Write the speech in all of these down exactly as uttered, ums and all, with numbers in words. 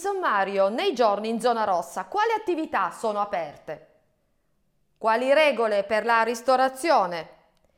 sommario, nei giorni in zona rossa, quali attività sono aperte? Quali regole per la ristorazione?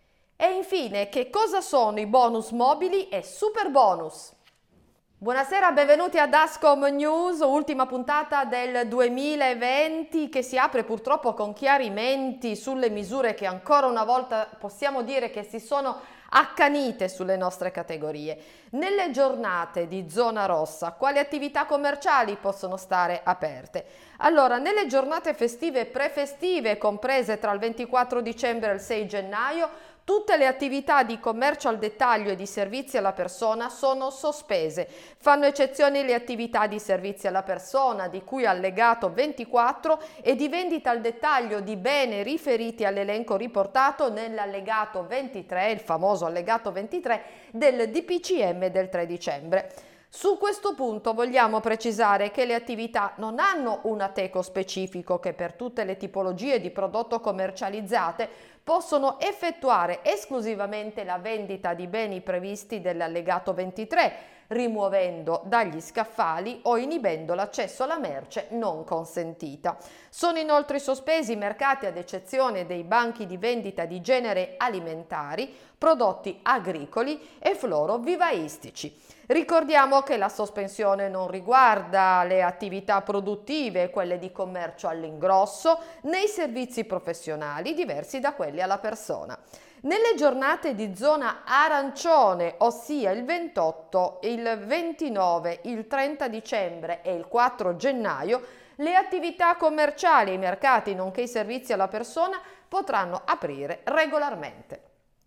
E infine, che cosa sono i bonus mobili e super bonus? Buonasera, benvenuti ad Ascom News, ultima puntata del duemilaventi che si apre purtroppo con chiarimenti sulle misure che ancora una volta possiamo dire che si sono accanite sulle nostre categorie. Nelle giornate di zona rossa, quali attività commerciali possono stare aperte? Allora, nelle giornate festive e prefestive, comprese tra il ventiquattro dicembre e il sei gennaio, tutte le attività di commercio al dettaglio e di servizi alla persona sono sospese. Fanno eccezione le attività di servizi alla persona, di cui allegato ventiquattro, e di vendita al dettaglio di beni riferiti all'elenco riportato nell'allegato ventitré, il famoso allegato ventitré del D P C M del tre dicembre. Su questo punto vogliamo precisare che le attività non hanno un ateco specifico che per tutte le tipologie di prodotto commercializzate possono effettuare esclusivamente la vendita di beni previsti dall'allegato ventitré, rimuovendo dagli scaffali o inibendo l'accesso alla merce non consentita. Sono inoltre sospesi i mercati ad eccezione dei banchi di vendita di genere alimentari, prodotti agricoli e florovivaistici. Ricordiamo che la sospensione non riguarda le attività produttive, quelle di commercio all'ingrosso, né i servizi professionali diversi da quelli alla persona. Nelle giornate di zona arancione, ossia il ventotto, il ventinove, il trenta dicembre e il quattro gennaio, le attività commerciali e i mercati, nonché i servizi alla persona, potranno aprire regolarmente.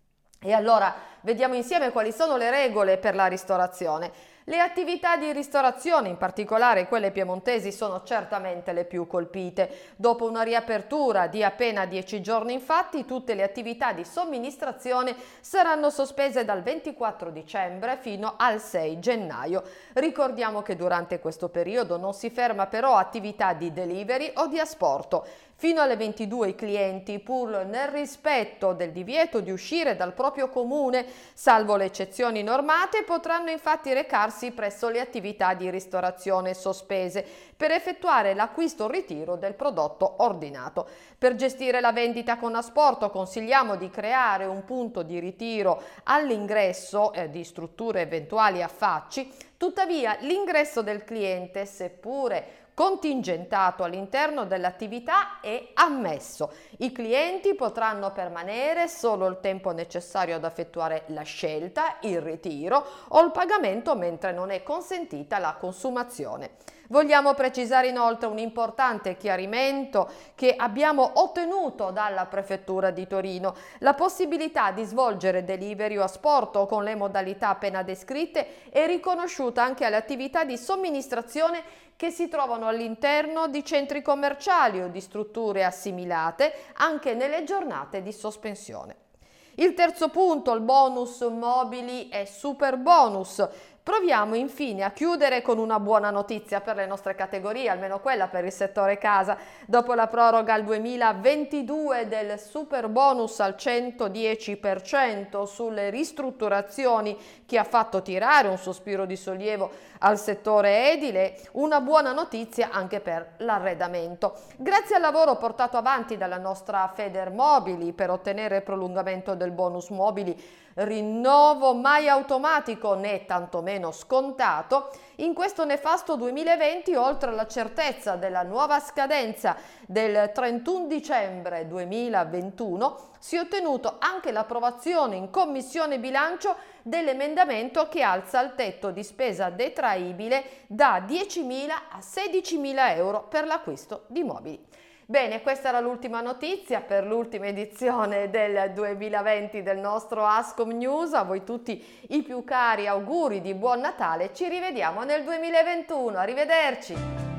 E allora vediamo insieme quali sono le regole per la ristorazione. Le attività di ristorazione, in particolare quelle piemontesi, sono certamente le più colpite. Dopo una riapertura di appena dieci giorni, infatti, tutte le attività di somministrazione saranno sospese dal ventiquattro dicembre fino al sei gennaio. Ricordiamo che durante questo periodo non si ferma però attività di delivery o di asporto. Fino alle ventidue i clienti, pur nel rispetto del divieto di uscire dal proprio comune, salvo le eccezioni normate, potranno infatti recarsi presso le attività di ristorazione sospese per effettuare l'acquisto o ritiro del prodotto ordinato. Per gestire la vendita con asporto consigliamo di creare un punto di ritiro all'ingresso eh, di strutture eventuali affacci. Tuttavia l'ingresso del cliente, seppure contingentato all'interno dell'attività, è ammesso. I clienti potranno permanere solo il tempo necessario ad effettuare la scelta, il ritiro o il pagamento, mentre non è consentita la consumazione. Vogliamo precisare inoltre un importante chiarimento che abbiamo ottenuto dalla Prefettura di Torino: la possibilità di svolgere delivery o asporto con le modalità appena descritte è riconosciuta anche alle attività di somministrazione che si trovano all'interno di centri commerciali o di strutture assimilate anche nelle giornate di sospensione. Il terzo punto, il bonus mobili e super bonus. Proviamo infine a chiudere con una buona notizia per le nostre categorie, almeno quella per il settore casa. Dopo la proroga al duemilaventidue del super bonus al centodieci per cento sulle ristrutturazioni, che ha fatto tirare un sospiro di sollievo al settore edile, una buona notizia anche per l'arredamento. Grazie al lavoro portato avanti dalla nostra Federmobili per ottenere il prolungamento del bonus mobili, rinnovo mai automatico né tantomeno scontato, in questo nefasto duemilaventi, oltre alla certezza della nuova scadenza del trentuno dicembre duemilaventuno, si è ottenuto anche l'approvazione in Commissione Bilancio dell'emendamento che alza il tetto di spesa detraibile da diecimila a sedicimila euro per l'acquisto di mobili. Bene, questa era l'ultima notizia per l'ultima edizione del duemilaventi del nostro Ascom News. A voi tutti i più cari auguri di buon Natale, ci rivediamo nel duemilaventuno, arrivederci!